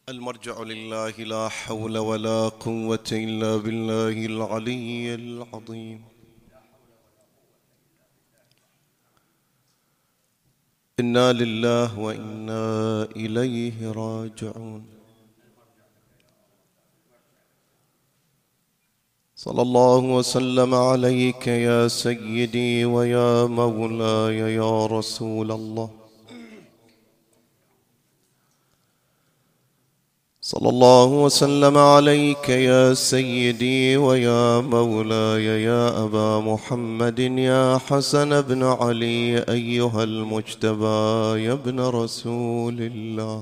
المرجع لله لا حول ولا قوة إلا بالله العلي العظيم. إنا لله وإنا إليه راجعون. صلى الله وسلم عليك يا سيدي ويا مولاي يا رسول الله. صلى الله وسلم عليك يا سيدي ويا مولاي يا أبا محمد يا حسن بن علي أيها المجتبى يا ابن رسول الله،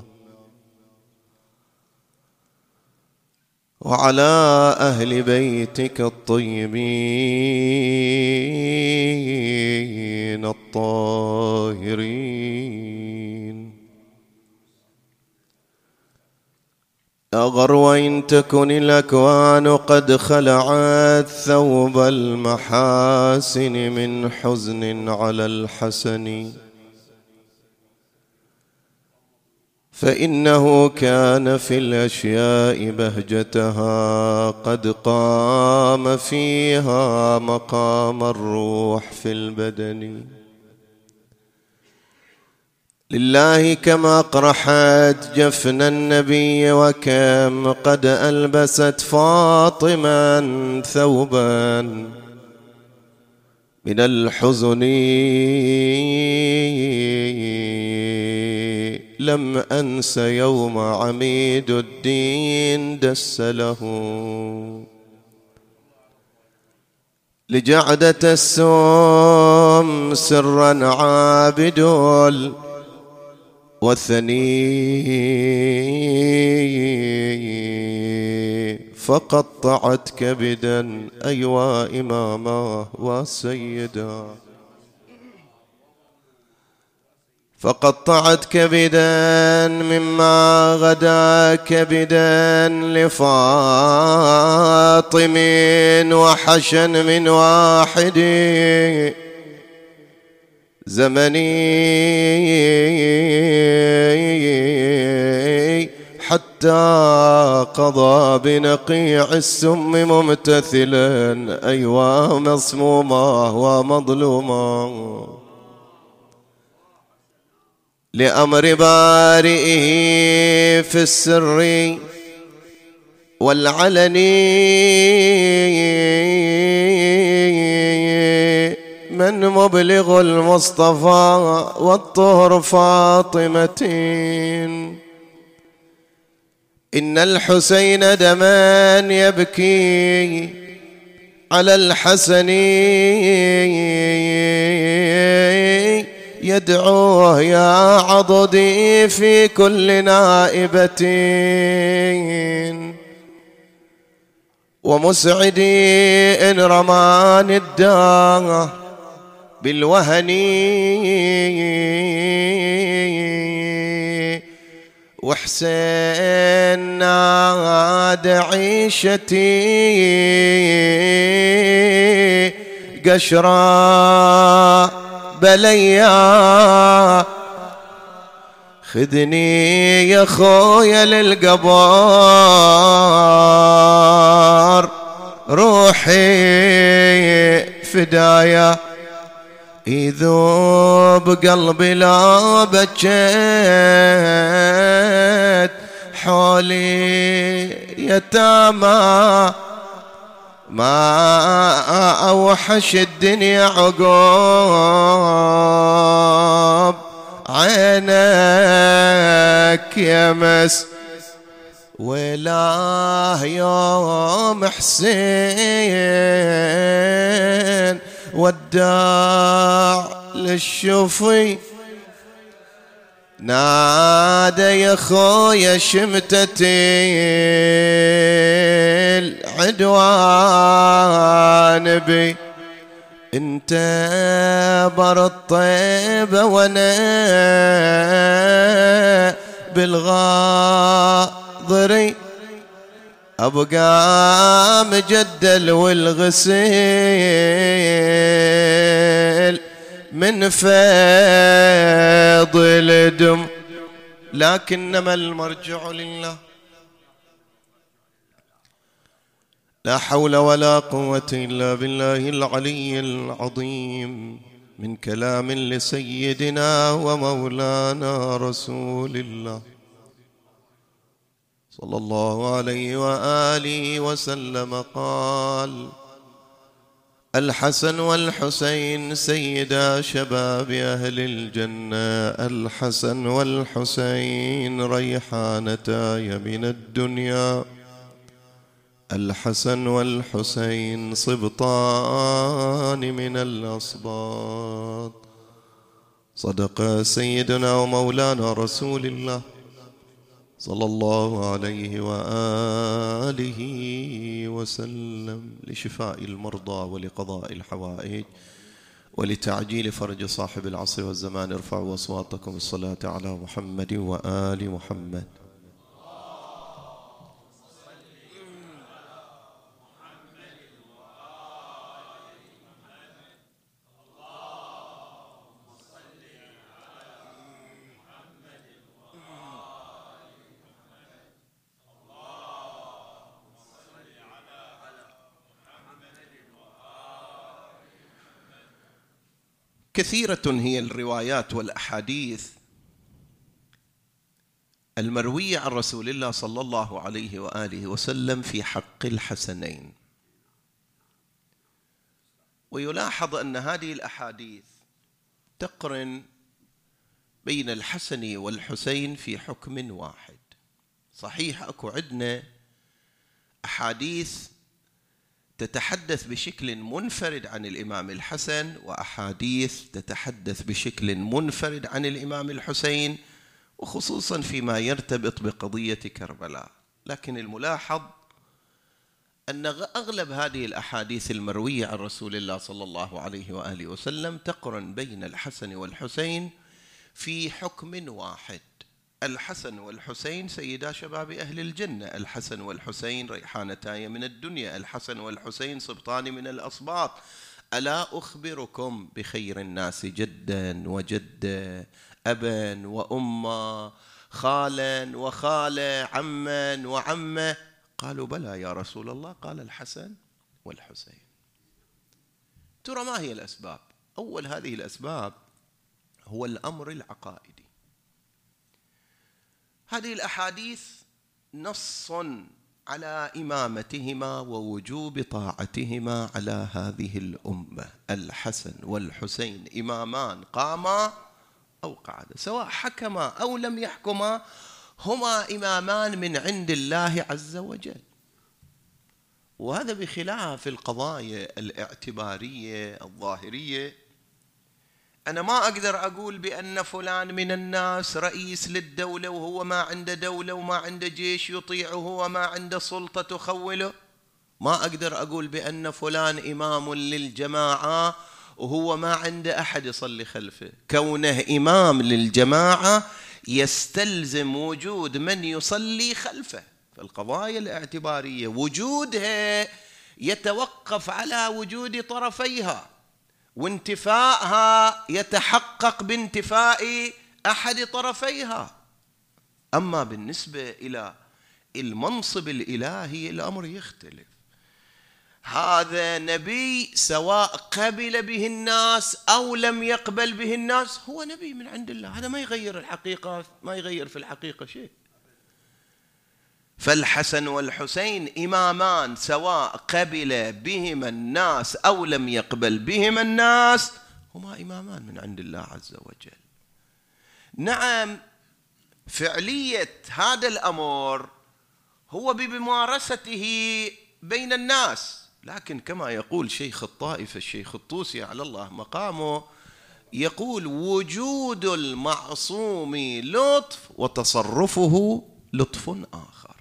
وعلى أهل بيتك الطيبين الطاهرين. يا غرو إن تكن الأكوان قد خلعت ثوب المحاسن من حزن على الحسن، فإنه كان في الأشياء بهجتها قد قام فيها مقام الروح في البدن. لله كما أقرحت جفن النبي، وكم قد ألبست فاطمة ثوبا من الحزن لم أنس يوم عميد الدين دس له لجعدة السم سرا عابد والثني فقطعت كبدا أيوا إماما وسيدا، فقطعت كبدا مما غدا كبدا لفاطم وحشا من واحد زمني حتى قضى بنقيع السم ممتثلا أيوا مصموما ومظلوما لأمر بارئه في السر والعلن. من مبلغ المصطفى والطهر فاطمة، إن الحسين دما يبكي على الحسن يدعوه يا عضدي في كل نائبة، ومسعدي إن رمان الدار بالوهن، وحسين ناد عيشتي قشرا بليا، خذني يا خويا للقبر روحي فدايا، يذوب قلبي لا بكيت حولي يتامى، ما أوحش الدنيا عقوب عينك يمس، ولا يوم حسين وداع للشفي نادى يا خويا شمتتي العدوان بي، انت بر الطيبة وانا بالغاضري أبقى مجدل والغسيل من فيض الدم، لكنما المرجع لله. لا حول ولا قوة إلا بالله العلي العظيم. من كلام لسيدنا ومولانا رسول الله صلى الله عليه وآله وسلم قال: الحسن والحسين سيدا شباب أهل الجنة، الحسن والحسين ريحانتاي من الدنيا، الحسن والحسين صبطان من الأصباط. صدق سيدنا ومولانا رسول الله صلى الله عليه وآله وسلم. لشفاء المرضى ولقضاء الحوائج ولتعجيل فرج صاحب العصر والزمان ارفعوا أصواتكم بالصلاة على محمد وآل محمد. كثيرة هي الروايات والأحاديث المروية عن رسول الله صلى الله عليه وآله وسلم في حق الحسنين، ويلاحظ أن هذه الأحاديث تقرن بين الحسن والحسين في حكم واحد. صحيح أكو عندنا أحاديث تتحدث بشكل منفرد عن الإمام الحسن، وأحاديث تتحدث بشكل منفرد عن الإمام الحسين، وخصوصا فيما يرتبط بقضية كربلاء. لكن الملاحظ أن أغلب هذه الأحاديث المروية عن رسول الله صلى الله عليه وآله وسلم تقرن بين الحسن والحسين في حكم واحد. الحسن والحسين سيدا شباب أهل الجنة، الحسن والحسين ريحانتاي من الدنيا، الحسن والحسين صبطان من الأصباط. ألا أخبركم بخير الناس جدا وجدة، أبا وأما، خالا وخالة، عما وعمة؟ قالوا بلى يا رسول الله. قال: الحسن والحسين. ترى ما هي الأسباب؟ أول هذه الأسباب هو الأمر العقائدي. هذه الأحاديث نص على إمامتهما ووجوب طاعتهما على هذه الأمة. الحسن والحسين إمامان قاما أو قعدا، سواء حكما أو لم يحكما، هما إمامان من عند الله عز وجل. وهذا بخلاف القضايا الاعتبارية الظاهرية. أنا ما أقدر أقول بأن فلان من الناس رئيس للدولة وهو ما عنده دولة وما عنده جيش يطيعه وما عنده سلطة تخوله. ما أقدر أقول بأن فلان إمام للجماعة وهو ما عنده أحد يصلي خلفه. كونه إمام للجماعة يستلزم وجود من يصلي خلفه. فالقضايا الاعتبارية وجودها يتوقف على وجود طرفيها، وانتفائها يتحقق بانتفاء أحد طرفيها. أما بالنسبة إلى المنصب الإلهي الأمر يختلف. هذا نبي سواء قبل به الناس أو لم يقبل به الناس، هو نبي من عند الله. هذا ما يغير الحقيقة، ما يغير في الحقيقة شيء. فالحسن والحسين إمامان سواء قبل بهما الناس أو لم يقبل بهما الناس، هما إمامان من عند الله عز وجل. نعم، فعلية هذا الأمر هو بممارسته بين الناس، لكن كما يقول شيخ الطائفة الشيخ الطوسي على الله مقامه، يقول: وجود المعصوم لطف وتصرفه لطف آخر.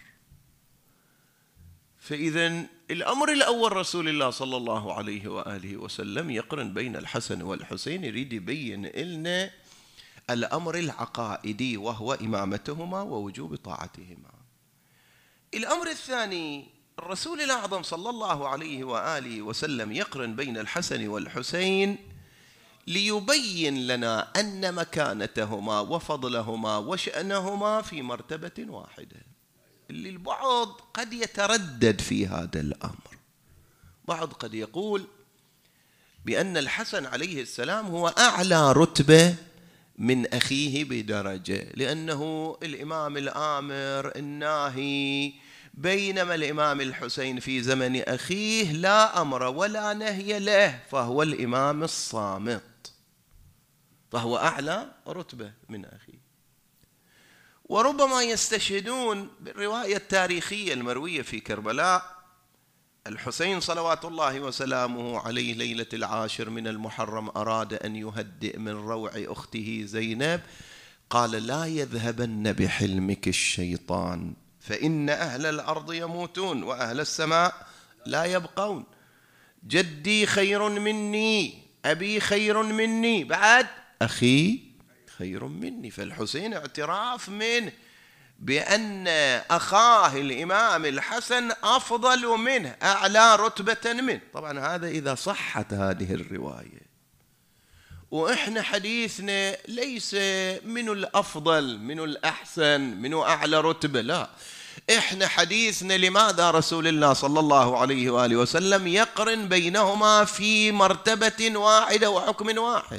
فإذا الأمر الأول رسول الله صلى الله عليه وآله وسلم يقرن بين الحسن والحسين، يريد يبين لنا الأمر العقائدي وهو إمامتهما ووجوب طاعتهما. الأمر الثاني، الرسول الأعظم صلى الله عليه وآله وسلم يقرن بين الحسن والحسين ليبين لنا أن مكانتهما وفضلهما وشأنهما في مرتبة واحدة. اللي البعض قد يتردد في هذا الأمر. بعض قد يقول بأن الحسن عليه السلام هو أعلى رتبة من أخيه بدرجة، لأنه الإمام الآمر الناهي، بينما الإمام الحسين في زمن أخيه لا أمر ولا نهي له، فهو الإمام الصامت، فهو أعلى رتبة من أخيه. وربما يستشهدون بالرواية التاريخية المروية في كربلاء: الحسين صلوات الله وسلامه عليه ليلة 10 من المحرم أراد أن يهدئ من روع أخته زينب، قال: لا يذهبن بحلمك الشيطان، فإن أهل الأرض يموتون وأهل السماء لا يبقون، جدي خير مني، أبي خير مني، بعد أخي خير مني. فالحسين اعتراف منه بأن أخاه الإمام الحسن أفضل منه، أعلى رتبة منه. طبعا هذا إذا صحت هذه الرواية، وإحنا حديثنا ليس من الأفضل، من الأحسن، من أعلى رتبة، لا، إحنا حديثنا لماذا رسول الله صلى الله عليه وآله وسلم يقرن بينهما في مرتبة واحدة وحكم واحد.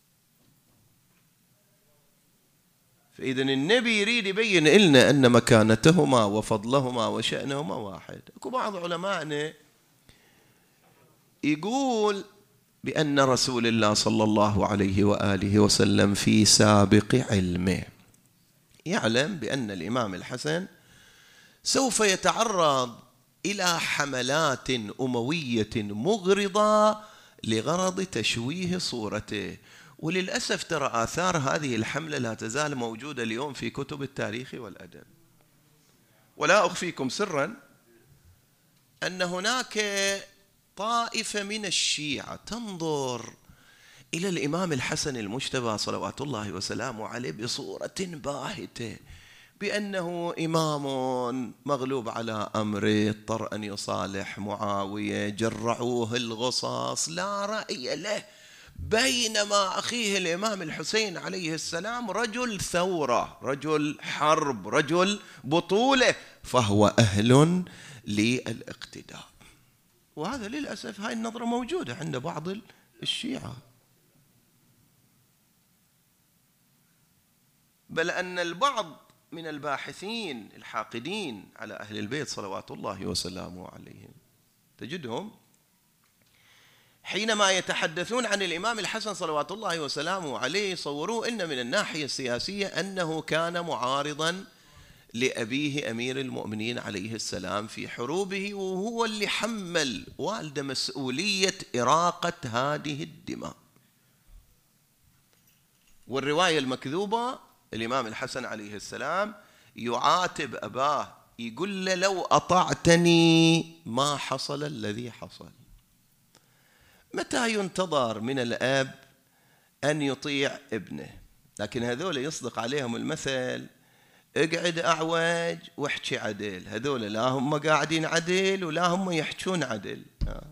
فإذا النبي يريد يبين لنا أن مكانتهما وفضلهما وشأنهما واحد. أكو بعض علمائنا يقول بأن رسول الله صلى الله عليه وآله وسلم في سابق علمه يعلم بأن الإمام الحسن سوف يتعرض إلى حملات أموية مغرضة لغرض تشويه صورته. وللأسف ترى آثار هذه الحملة لا تزال موجودة اليوم في كتب التاريخ والأدب. ولا أخفيكم سرا أن هناك طائفة من الشيعة تنظر إلى الإمام الحسن المجتبى صلوات الله وسلامه عليه بصورة باهتة، بأنه إمام مغلوب على أمره، اضطر أن يصالح معاوية، جرعوه الغصص، لا رأي له، بينما أخيه الإمام الحسين عليه السلام رجل ثورة، رجل حرب، رجل بطولة، فهو أهل للاقتداء. وهذا للأسف هاي النظرة موجودة عند بعض الشيعة، بل أن البعض من الباحثين الحاقدين على أهل البيت صلوات الله وسلامه عليهم تجدهم حينما يتحدثون عن الإمام الحسن صلوات الله وسلامه عليه صوروا إن من الناحية السياسية أنه كان معارضا لأبيه أمير المؤمنين عليه السلام في حروبه، وهو اللي حمل والده مسؤولية إراقة هذه الدماء. والرواية المكذوبة الإمام الحسن عليه السلام يعاتب أباه، يقول له: لو أطعتني ما حصل الذي حصل. متى ينتظر من الأب أن يطيع ابنه؟ لكن هذول يصدق عليهم المثل: اقعد أعوج واحكي عدل. هذول لا هم قاعدين عدل ولا هم يحكون عدل.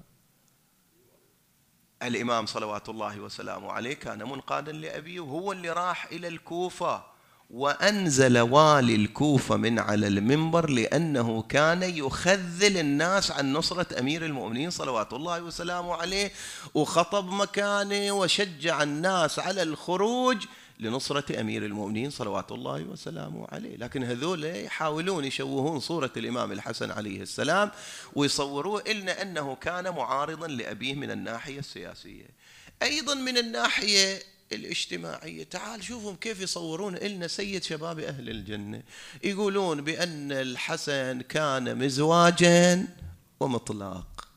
الإمام صلوات الله وسلامه عليه كان منقادا لأبيه، وهو اللي راح إلى الكوفة وأنزل والي الكوفة من على المنبر، لأنه كان يخذل الناس عن نصرة أمير المؤمنين صلوات الله وسلامه عليه، وخطب مكانه وشجع الناس على الخروج لنصرة أمير المؤمنين صلوات الله وسلامه عليه. لكن هذول يحاولون يشوهون صورة الإمام الحسن عليه السلام ويصوروه إلنا أنه كان معارضا لأبيه من الناحية السياسية. أيضا من الناحية الاجتماعية، تعال شوفهم كيف يصورون إلنا سيد شباب أهل الجنة، يقولون بأن الحسن كان مزواجا ومطلاق،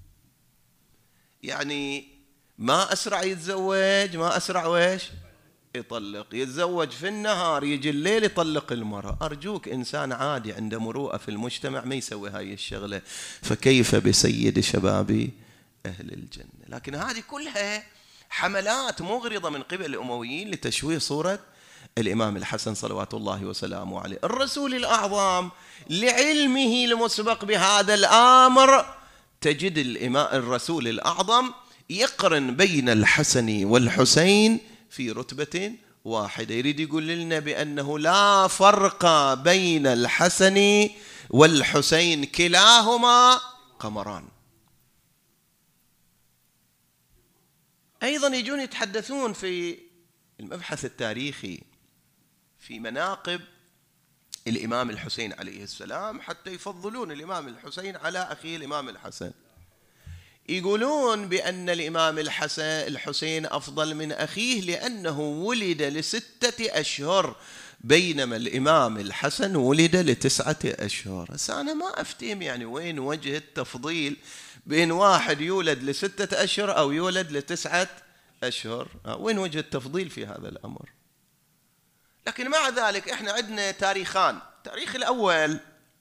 يعني ما أسرع يتزوج، ما أسرع ويش يطلق، يتزوج في النهار يجي الليل يطلق المرأة. أرجوك، إنسان عادي عنده مروءة في المجتمع ما يسوي هاي الشغلة، فكيف بسيد شباب أهل الجنة؟ لكن هذه كلها حملات مغرضة من قبل الأمويين لتشويه صورة الإمام الحسن صلوات الله وسلامه عليه. الرسول الأعظم لعلمه المسبق بهذا الأمر تجد الرسول الأعظم يقرن بين الحسن والحسين في رتبة واحدة. يريد يقول لنا بأنه لا فرق بين الحسن والحسين كلاهما قمران. أيضا يجون يتحدثون في المبحث التاريخي في مناقب الإمام الحسين عليه السلام حتى يفضلون الإمام الحسين على أخيه الإمام الحسن. يقولون بأن الإمام الحسين أفضل من أخيه لأنه ولد ل6 أشهر بينما الإمام الحسن ولد ل9 أشهر. بس أنا ما أفتهم يعني وين وجه التفضيل بين واحد يولد ل6 أشهر أو يولد ل9 أشهر، وين وجه التفضيل في هذا الأمر؟ لكن مع ذلك إحنا عندنا تاريخان. التاريخ الأول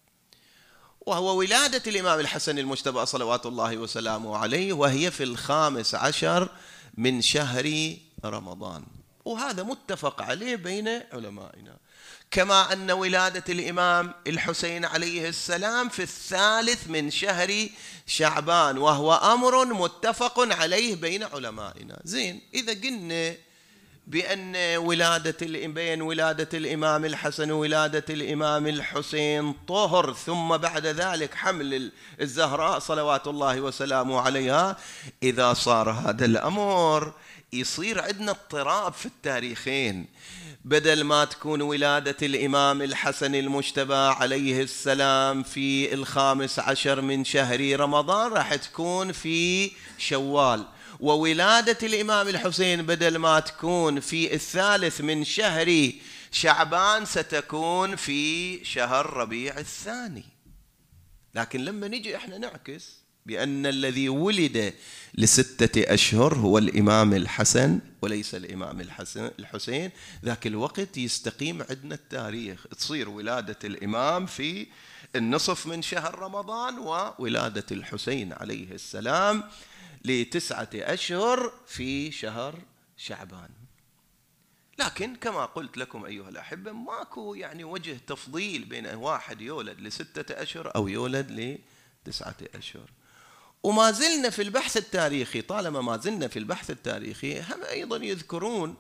وهو ولادة الإمام الحسن المجتبى صلوات الله وسلامه عليه، وهي في 15 من شهر رمضان، وهذا متفق عليه بين علمائنا. كما أن ولادة الإمام الحسين عليه السلام في 3 من شهر شعبان، وهو أمر متفق عليه بين علمائنا. زين، إذا قلنا بأن بين ولادة الإمام الحسن وولادة الإمام الحسين طهر، ثم بعد ذلك حمل الزهراء صلوات الله وسلامه عليها، إذا صار هذا الأمر يصير عندنا اضطراب في التاريخين. بدل ما تكون ولادة الإمام الحسن المجتبى عليه السلام في 15 من شهر رمضان راح تكون في شوال، وولادة الإمام الحسين بدل ما تكون في 3 من شهر شعبان ستكون في شهر ربيع الثاني. لكن لما نجي احنا نعكس بأن الذي ولد ل6 أشهر هو الإمام الحسن وليس الإمام الحسين، ذاك الوقت يستقيم عندنا التاريخ، تصير ولادة الإمام في النصف من شهر رمضان، وولادة الحسين عليه السلام ل9 أشهر في شهر شعبان. لكن كما قلت لكم أيها الأحبة، ماكو يعني وجه تفضيل بين واحد يولد ل6 أشهر أو يولد ل9 أشهر. وما زلنا في البحث التاريخي، طالما ما زلنا في البحث التاريخي، هم أيضا يذكرون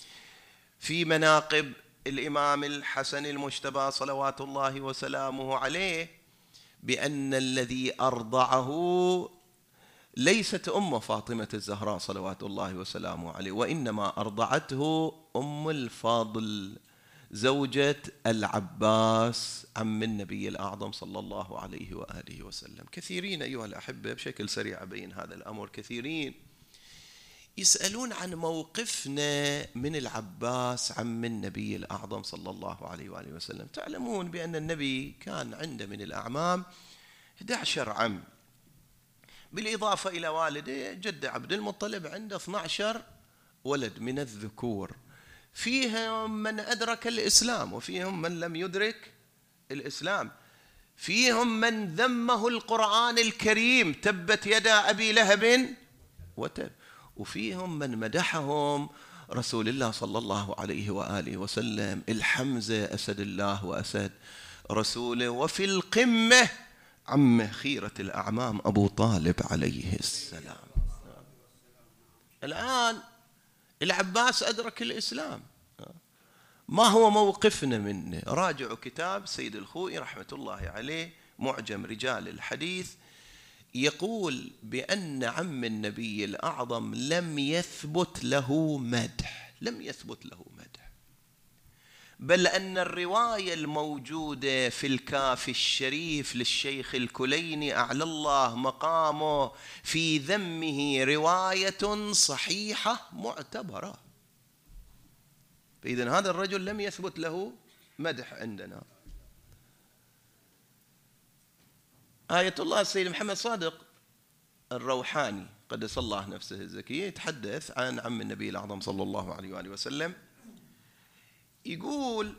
في مناقب الإمام الحسن المجتبى صلوات الله وسلامه عليه بأن الذي أرضعه ليست أم فاطمة الزهراء صلوات الله وسلامه عليه، وإنما أرضعته أم الفاضل زوجة العباس عم النبي الأعظم صلى الله عليه وآله وسلم. كثيرين أيها الأحبة، بشكل سريع أبين هذا الأمر، كثيرين يسألون عن موقفنا من العباس عم النبي الأعظم صلى الله عليه وآله وسلم. تعلمون بأن النبي كان عنده من الأعمام 11 عم، بالإضافة إلى والده جد عبد المطلب عنده 12 ولد من الذكور، فيهم من أدرك الإسلام وفيهم من لم يدرك الإسلام، فيهم من ذمه القرآن الكريم تبت يدا أبي لهب وتب، وفيهم من مدحهم رسول الله صلى الله عليه وآله وسلم، الحمزة أسد الله وأسد رسوله، وفي القمة عم خيرة الأعمام أبو طالب عليه السلام. الآن العباس أدرك الإسلام، ما هو موقفنا منه؟ راجعوا كتاب سيد الخوئي رحمة الله عليه معجم رجال الحديث، يقول بأن عم النبي الأعظم لم يثبت له مدح، لم يثبت له مدح، بل أن الرواية الموجودة في الكافي الشريف للشيخ الكليني أعلى الله مقامه في ذمه رواية صحيحة معتبرة. فإذن هذا الرجل لم يثبت له مدح عندنا. آية الله السيد محمد صادق الروحاني قدس الله نفسه الزكية يتحدث عن عم النبي الأعظم صلى الله عليه وآله وسلم، يقول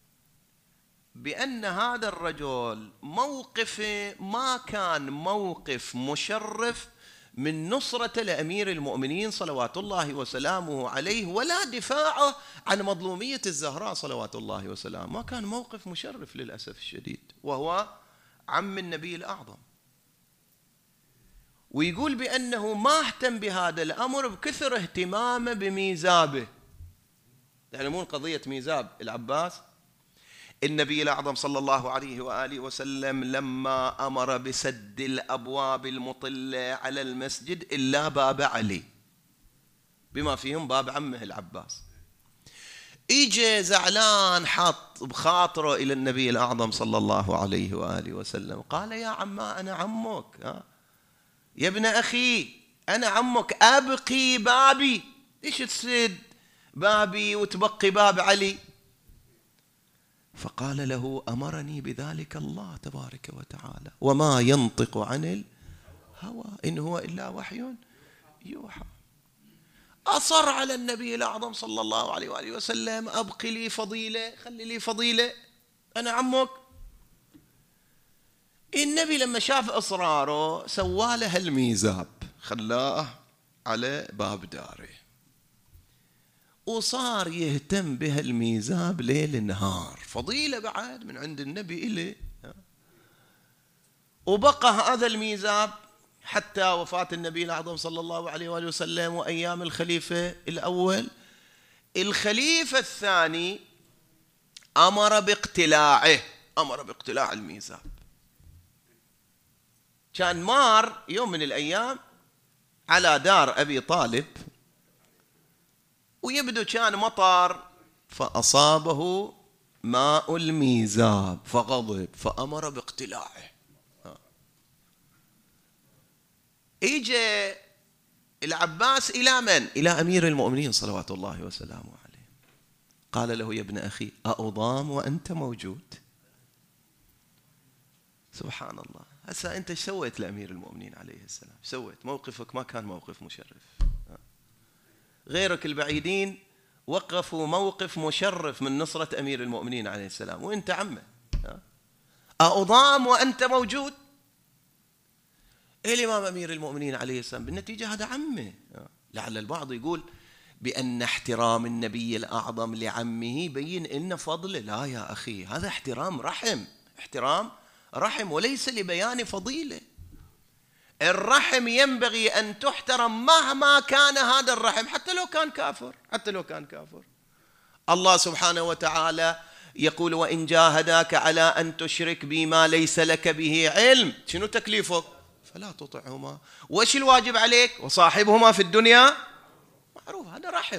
بأن هذا الرجل موقفه ما كان موقف مشرف من نصرة لأمير المؤمنين صلوات الله وسلامه عليه، ولا دفاعه عن مظلومية الزهراء صلوات الله وسلامه، ما كان موقف مشرف للأسف الشديد، وهو عم النبي الأعظم. ويقول بأنه ما اهتم بهذا الأمر بكثر اهتمامه بميزابه. تعلمون قضية ميزاب العباس؟ النبي الأعظم صلى الله عليه وآله وسلم لما أمر بسد الأبواب المطلة على المسجد إلا باب علي بما فيهم باب عمه العباس، إجا زعلان حاط بخاطره إلى النبي الأعظم صلى الله عليه وآله وسلم، قال يا عما أنا عمك، يا ابن أخي أنا عمك، أبقي بابي، إيش تسد بابي وتبقي باب علي؟ فقال له أمرني بذلك الله تبارك وتعالى وما ينطق عن الهوى إن هو إلا وحي يوحى. أصر على النبي الأعظم صلى الله عليه وآله وسلم أبقي لي فضيلة، خلي لي فضيلة، أنا عمك. النبي لما شاف إصراره سواله الميزاب، خلاه على باب داره، وصار يهتم بها الميزاب ليل نهار، فضيلة بعد من عند النبي إليه. وبقى هذا الميزاب حتى وفاة النبي الأعظم صلى الله عليه وآله وسلم وأيام الخليفة الأول. الخليفة الثاني أمر باقتلاعه، أمر باقتلاع الميزاب. كان مار يوم من الأيام على دار أبي طالب، ويبدو كان مطر، فأصابه ماء الميزاب فغضب فأمر باقتلاعه. إجا العباس إلى من؟ إلى أمير المؤمنين صلوات الله وسلامه عليه، قال له يا ابن أخي أأضام وأنت موجود؟ سبحان الله. هسا أنت ايش سويت لأمير المؤمنين عليه السلام؟ سويت موقفك ما كان موقف مشرف، غيرك البعيدين وقفوا موقف مشرف من نصرة أمير المؤمنين عليه السلام، وأنت عمه أأضام وأنت موجود؟ الإمام أمير المؤمنين عليه السلام بالنتيجة هذا عمه. لعل البعض يقول بأن احترام النبي الأعظم لعمه بين إن فضله، لا يا أخي، هذا احترام رحم، احترام رحم وليس لبيان فضيلة. الرحم ينبغي أن تحترم مهما كان هذا الرحم، حتى لو كان كافر، حتى لو كان كافر. الله سبحانه وتعالى يقول وإن جاهداك على أن تشرك بي ما ليس لك به علم، شنو تكليفك؟ فلا تطعهما، وش الواجب عليك؟ وصاحبهما في الدنيا معروف، هذا رحم.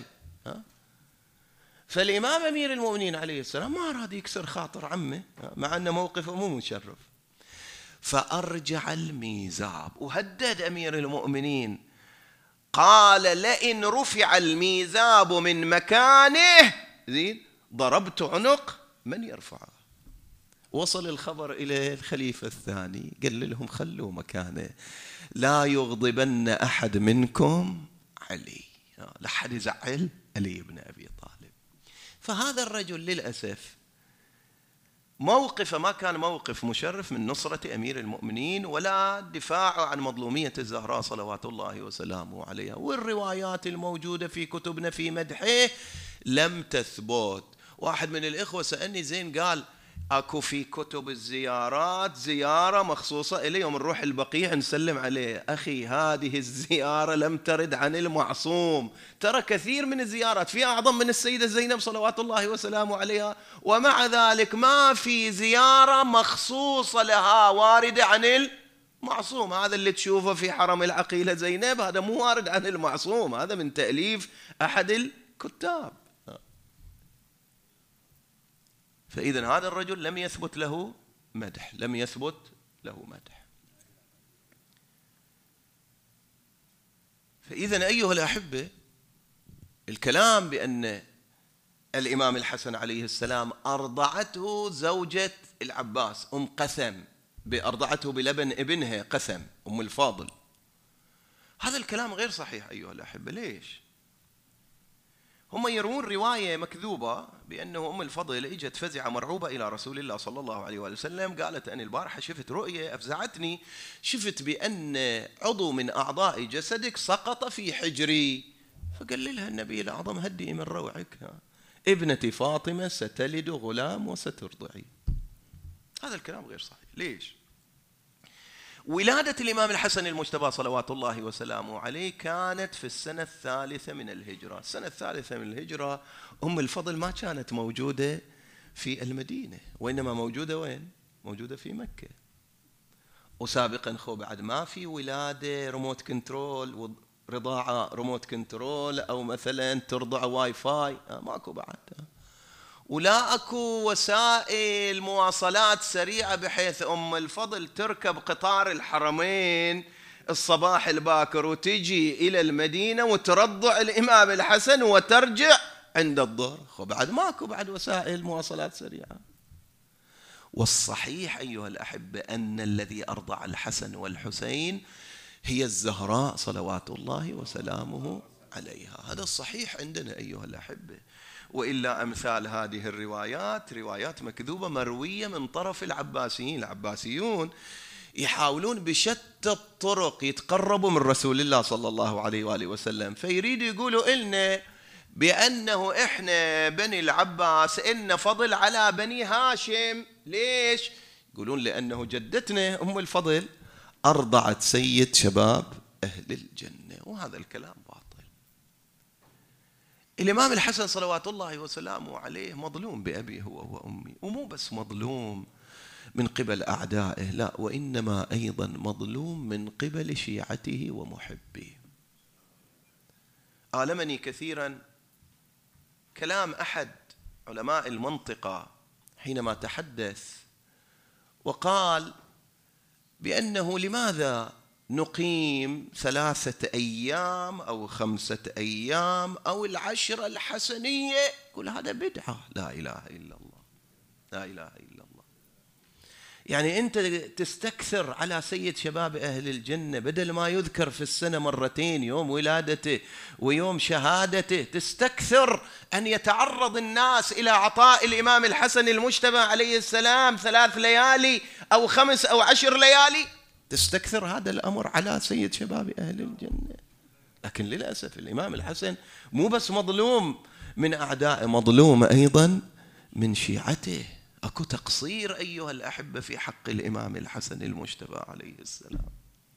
فالإمام أمير المؤمنين عليه السلام ما أراد يكسر خاطر عمه مع أن موقفه مو مشرف، فأرجع الميزاب وهدد أمير المؤمنين، قال لئن رفع الميزاب من مكانه ضربت عنق من يرفعه. وصل الخبر إلى الخليفة الثاني، قال لهم خلوا مكانه، لا يغضبن أحد منكم علي، لا أحد يزعل علي بن أبي طالب. فهذا الرجل للأسف موقفه ما كان موقف مشرف من نصرة أمير المؤمنين ولا دفاع عن مظلومية الزهراء صلوات الله وسلامه عليها. والروايات الموجودة في كتبنا في مدحه لم تثبت. واحد من الإخوة سألني زين، قال أكو في كتب الزيارات زيارة مخصوصة إلي يوم نروح البقيع نسلم عليه. أخي هذه الزيارة لم ترد عن المعصوم، ترى كثير من الزيارات في أعظم من السيدة زينب صلوات الله وسلامه عليها، ومع ذلك ما في زيارة مخصوصة لها واردة عن المعصوم. هذا اللي تشوفه في حرم العقيلة زينب هذا مو وارد عن المعصوم، هذا من تأليف أحد الكتاب. فإذن هذا الرجل لم يثبت له مدح، لم يثبت له مدح. فإذن أيها الأحبة، الكلام بأن الإمام الحسن عليه السلام أرضعته زوجة العباس أم قثم، أرضعته بلبن ابنها قثم أم الفاضل، هذا الكلام غير صحيح أيها الأحبة. ليش؟ هم يروون رواية مكذوبة بأنه أم الفضل إجت فزعة مرعوبة إلى رسول الله صلى الله عليه وسلم، قالت أنا البارحة شفت رؤية أفزعتني، شفت بأن عضو من أعضاء جسدك سقط في حجري. فقال لها النبي الأعظم هدئي من روعك، ابنتي فاطمة ستلد غلام وسترضعي. هذا الكلام غير صحيح. ليش؟ ولادة الإمام الحسن المجتبى صلوات الله وسلامه عليه كانت في السنة الثالثة من الهجرة. السنة الثالثة من الهجرة أم الفضل ما كانت موجودة في المدينة، وإنما موجودة وين؟ موجودة في مكة. وسابقا بعد ما في ولادة ريموت كنترول ورضاعة ريموت كنترول، أو مثلا ترضع واي فاي، ماكو بعد. ولا أكو وسائل مواصلات سريعة بحيث أم الفضل تركب قطار الحرمين الصباح الباكر وتجي إلى المدينة وترضع الإمام الحسن وترجع عند الظهر. بعد ماكو بعد وسائل مواصلات سريعة. والصحيح أيها الأحبة أن الذي أرضع الحسن والحسين هي الزهراء صلوات الله وسلامه عليها. هذا الصحيح عندنا أيها الأحبة. وإلا أمثال هذه الروايات روايات مكذوبة مروية من طرف العباسيين. العباسيون يحاولون بشتى الطرق يتقربوا من رسول الله صلى الله عليه وآله وسلم، فيريدوا يقولوا إلنا بأنه إحنا بني العباس إن فضل على بني هاشم. ليش؟ يقولون لأنه جدتنا أم الفضل أرضعت سيد شباب أهل الجنة، وهذا الكلام باطل. الإمام الحسن صلوات الله وسلامه عليه مظلوم بأبيه هو وأمي، ومو بس مظلوم من قبل أعدائه، لا، وإنما أيضا مظلوم من قبل شيعته ومحبيه. آلمني كثيرا كلام أحد علماء المنطقة حينما تحدث وقال بأنه لماذا نقيم 3 أيام أو 5 أيام أو 10 الحسنية؟ يقول هذا بدعة. لا إله إلا الله، لا إله إلا الله. يعني أنت تستكثر على سيد شباب أهل الجنة، بدل ما يذكر في السنة مرتين، يوم ولادته ويوم شهادته، تستكثر أن يتعرض الناس إلى عطاء الإمام الحسن المجتبى عليه السلام 3 ليالي أو 5 أو 10 ليالي. تستكثر هذا الأمر على سيد شباب أهل الجنة. لكن للأسف الإمام الحسن مو بس مظلوم من أعدائه، مظلوم أيضا من شيعته. أكو تقصير أيها الأحبة في حق الإمام الحسن المجتبى عليه السلام.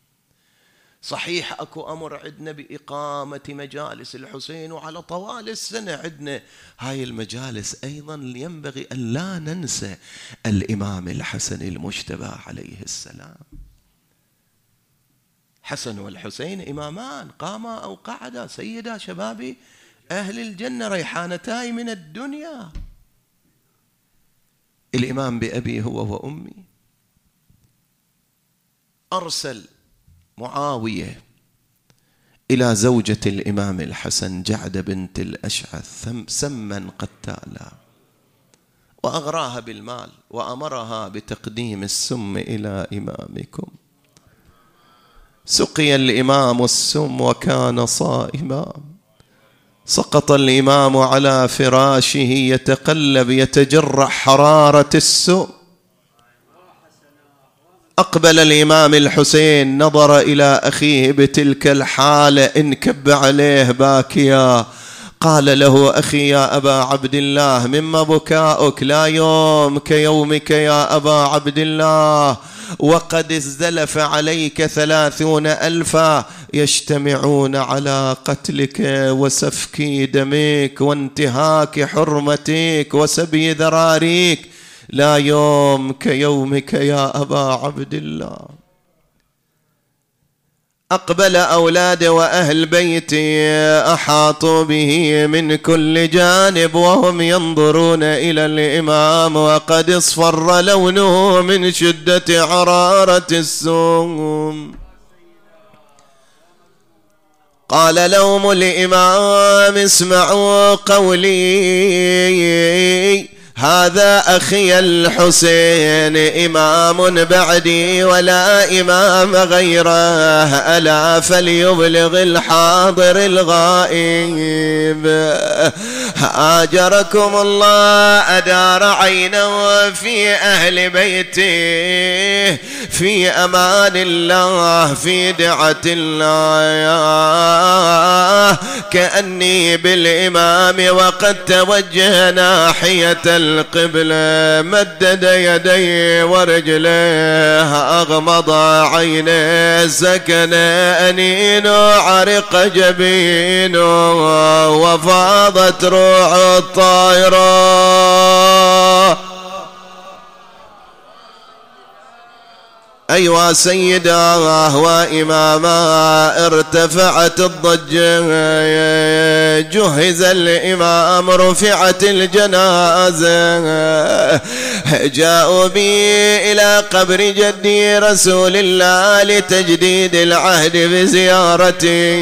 صحيح أكو أمر عندنا بإقامة مجالس الحسين، وعلى طوال السنة عندنا هاي المجالس. أيضا ينبغي أن لا ننسى الإمام الحسن المجتبى عليه السلام. حسن والحسين إمامان قاما أو قعدا، سيدا شباب أهل الجنة، ريحانتاي من الدنيا. الإمام بأبي هو وأمي أرسل معاوية إلى زوجة الإمام الحسن جعدة بنت الأشعث سما قتالا، وأغراها بالمال وأمرها بتقديم السم إلى إمامكم. سقي الإمام السم وكان صائما، سقط الإمام على فراشه يتقلب يتجرع حرارة السم. أقبل الإمام الحسين نظر إلى أخيه بتلك الحالة، انكب عليه باكيا. قال له أخي يا أبا عبد الله مما بكاؤك؟ لا يوم كيومك يا أبا عبد الله، وقد ازدلف عليك 30,000 يجتمعون على قتلك وسفك دمك وانتهاك حرمتك وسبي ذراريك. لا يوم كيومك يا أبا عبد الله. أقبل أولاده وأهل بيتي أحاطوا به من كل جانب وهم ينظرون إلى الإمام وقد اصفر لونه من شدة حرارة السم. قال لهم الإمام اسمعوا قولي، هذا أخي الحسين إمام بعدي ولا إمام غيره، ألا فليبلغ الحاضر الغائب. آجركم الله، أدار عينه في أهل بيته في أمان الله في دعة الله، كأني بالإمام وقد توجه ناحية القبلة، مدد يديه ورجليه، أغمض عينيه، سكن أنينه، عرق جبينه، وفاضت روحه الدموع الطائرة. أيوا سيدا وإماما ارتفعت الضجة، جهز الإمام رفعت الجنازة، جاءوا بي إلى قبر جدي رسول الله لتجديد العهد بزيارتي،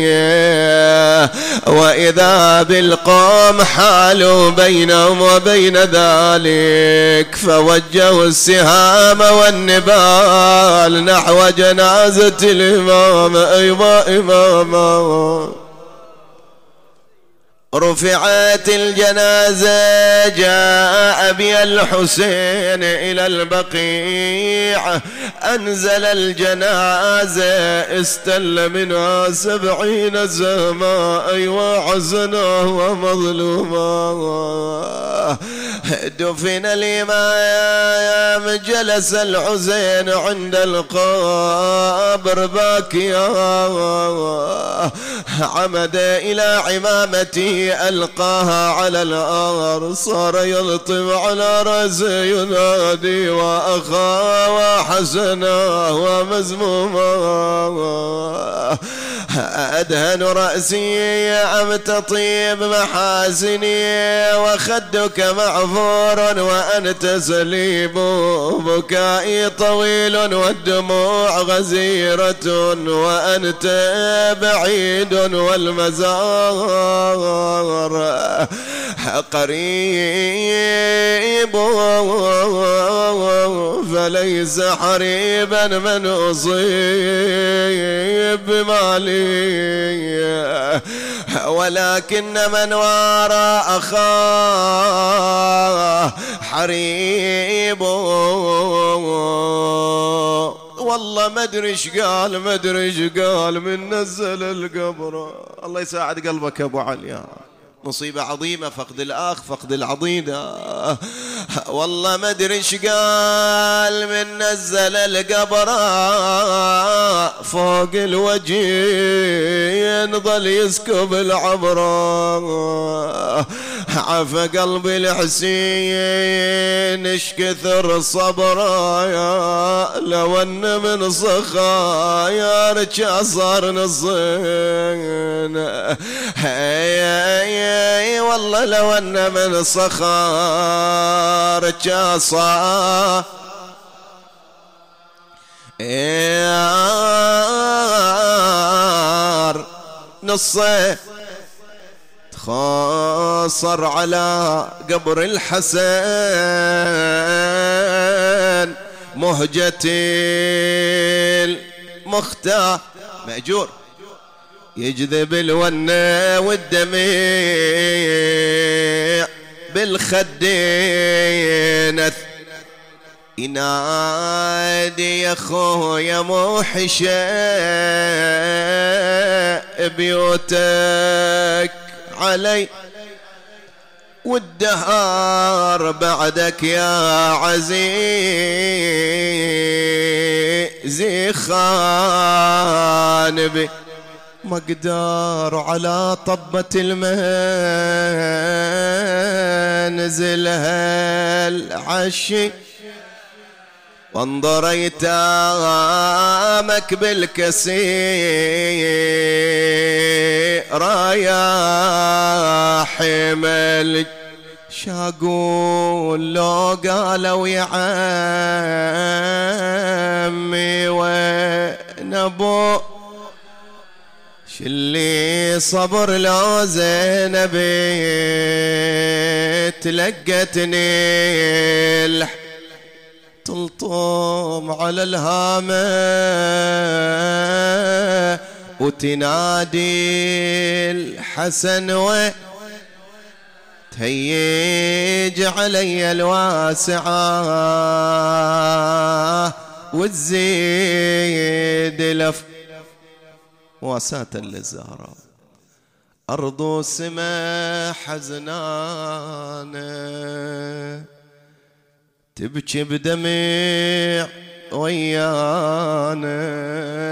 وإذا بالقوم حالوا بينهم وبين ذلك، فوجهوا السهام والنبال نحو جنازة الإمام. أيضا إماما رفعت الجنازة، جاء أبي الحسين إلى البقيع، أنزل الجنازة استل منها 70 زهما. أيوا حزنا ومظلوما. دفن الإمام، جلس الحسين عند القبر باكيا، عمد إلى عمامتي ألقاها على الأرض، صار يلطم على رأسه ينادي وأخا وحسنا ومزموما. أدهن رأسي عم تطيب محاسني، وخدك معفور وأنت سليب، بكائي طويل والدموع غزيرة، وأنت بعيد والمزار قريب، فليس حريبا من أصيب بمالي، ولكن من وارى أخاه حريب. والله ما ادري ايش قال، ما ادري ايش قال من نزل القبر. الله يساعد قلبك يا ابو علي. مصيبة عظيمة، فقد الأخ، فقد العضيدة. والله ما ادري ايش قال من نزل القبر، فوق الوجه ينظل يسكب العبر. عفى قلبي الحسين اش كثر صبره، لو ان من صخايا رجع صار نصين. والله لو ان من صخا رجع صار نصه. خاصر على قبر الحسن مهجة المختار مأجور، يجذب الونة والدميع بالخدين، ينادي يا خويا موحشة بيوتك علي، والدهار بعدك يا عزيزي خان بي، مقدار على طبة المنزل هالعشي، وانظر ايتامك بالكسير يا حمل. شاقول لو قالوا يا عمي وين ابو شلي صبر لو زينبي تلقتني تلطم على الهامة وتنادي الحسن وتهيج علي الواسعة وتزيد لف واساة للزهراء. أرض وسما حزنانة تبكي بدمع ويانا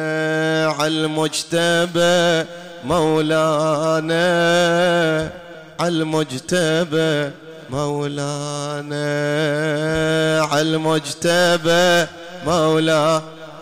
على المجتبى مولانا عالمجتبى مولانا، عالمجتبى مولا،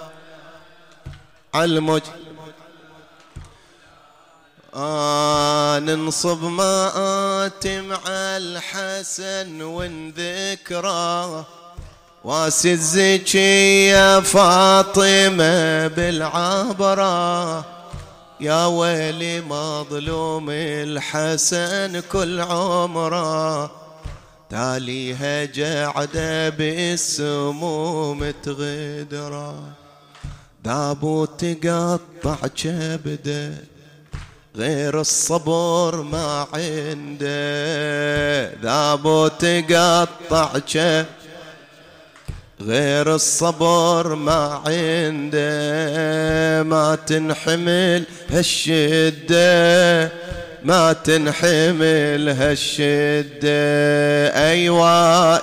ننصب مآتم عالحسن ونذكره، واسي الزكية فاطمة بالعبرة، يا ويلي مظلوم الحسن كل عمره، تاليها جعده بالسموم تغدره، دابو تقطع كبده غير الصبر ما عنده، دابو تقطع كبده غير الصبر ما عنده، ما تنحمل هالشدة، ما تنحمل هالشدة. أيوة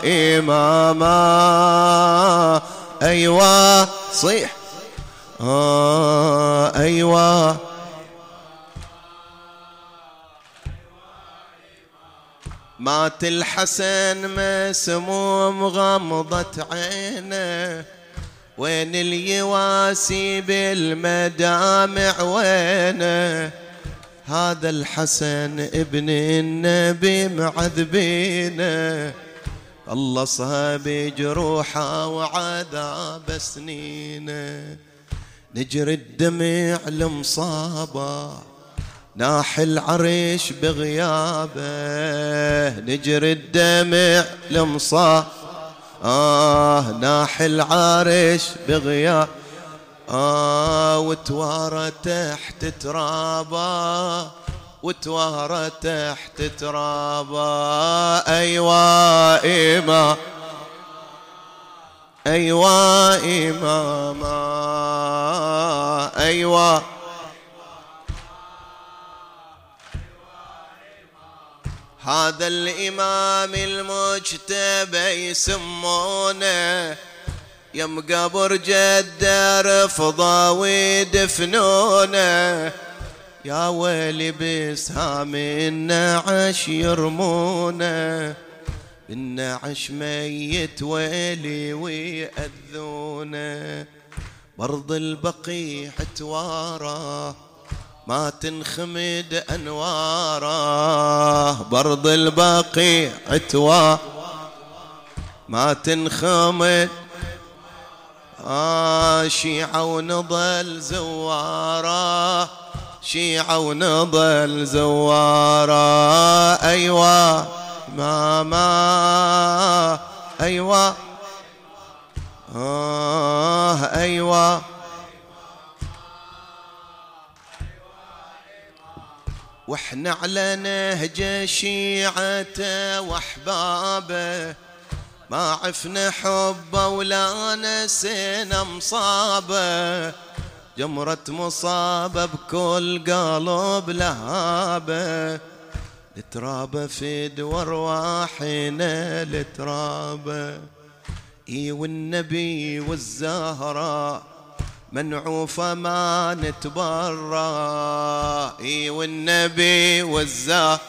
إماما، أيوة صيح، أيوة مات الحسن مسموم غمضت عينه، وين اليواسي بالمدامع وينه، هذا الحسن ابن النبي معذبينه، خلصها بجروحه وعذاب سنينه، نجري الدمع المصابه ناح العرش بغيابه، نجري الدمع المصاب ناح العرش بغيابه، وتوارى تحت ترابه، وتوارى تحت ترابه. أيوة إمام، أيوة إماما، أيوة هذا الإمام المجتبى يسمونه، يم قبر جده رفضه ويدفنونه، يا ويلي بسهام النعش يرمونه، بالنعش ميت ويلي ويأذونه، برض البقيع توارى ما تنخمد أنواره، برض البقيع توارى ما تنخمد، شيعة ونضل زوارة، شيعة ونضل زوارة. أيوة ماما، أيوة أيوة واحنا على نهج شيعته واحبابه، ما عفنا حبه ولا نسينا مصابه، جمرة مصابه بكل قلب لهابه، لترابه فد وارواحنا لترابه. اي والنبي والزهراء منعوفة ما نتبرى، اي والنبي والزهراء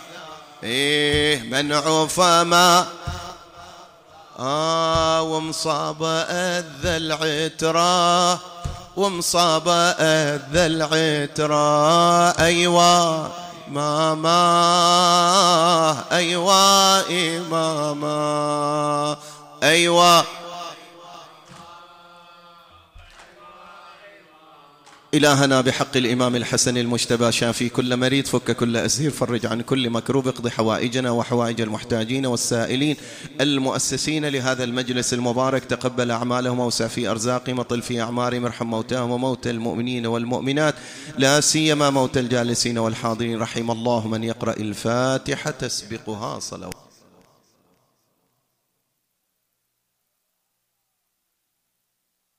منعوفة ما ومصابة أذى العترة، ومصابة أذى العترة. أيوة ماما، أيوة إماما، أيوة إلهنا بحق الإمام الحسن المجتبى شافي كل مريض، فك كل أسير، فرج عن كل مكروب، اقض حوائجنا وحوائج المحتاجين والسائلين المؤسسين لهذا المجلس المبارك، تقبل أعمالهم ووسع في أرزاقهم وطل في أعمارهم، ارحم موتاهم وموتى المؤمنين والمؤمنات، لا سيما موتى الجالسين والحاضرين. رحم الله من يقرأ الفاتحة تسبقها صلوات.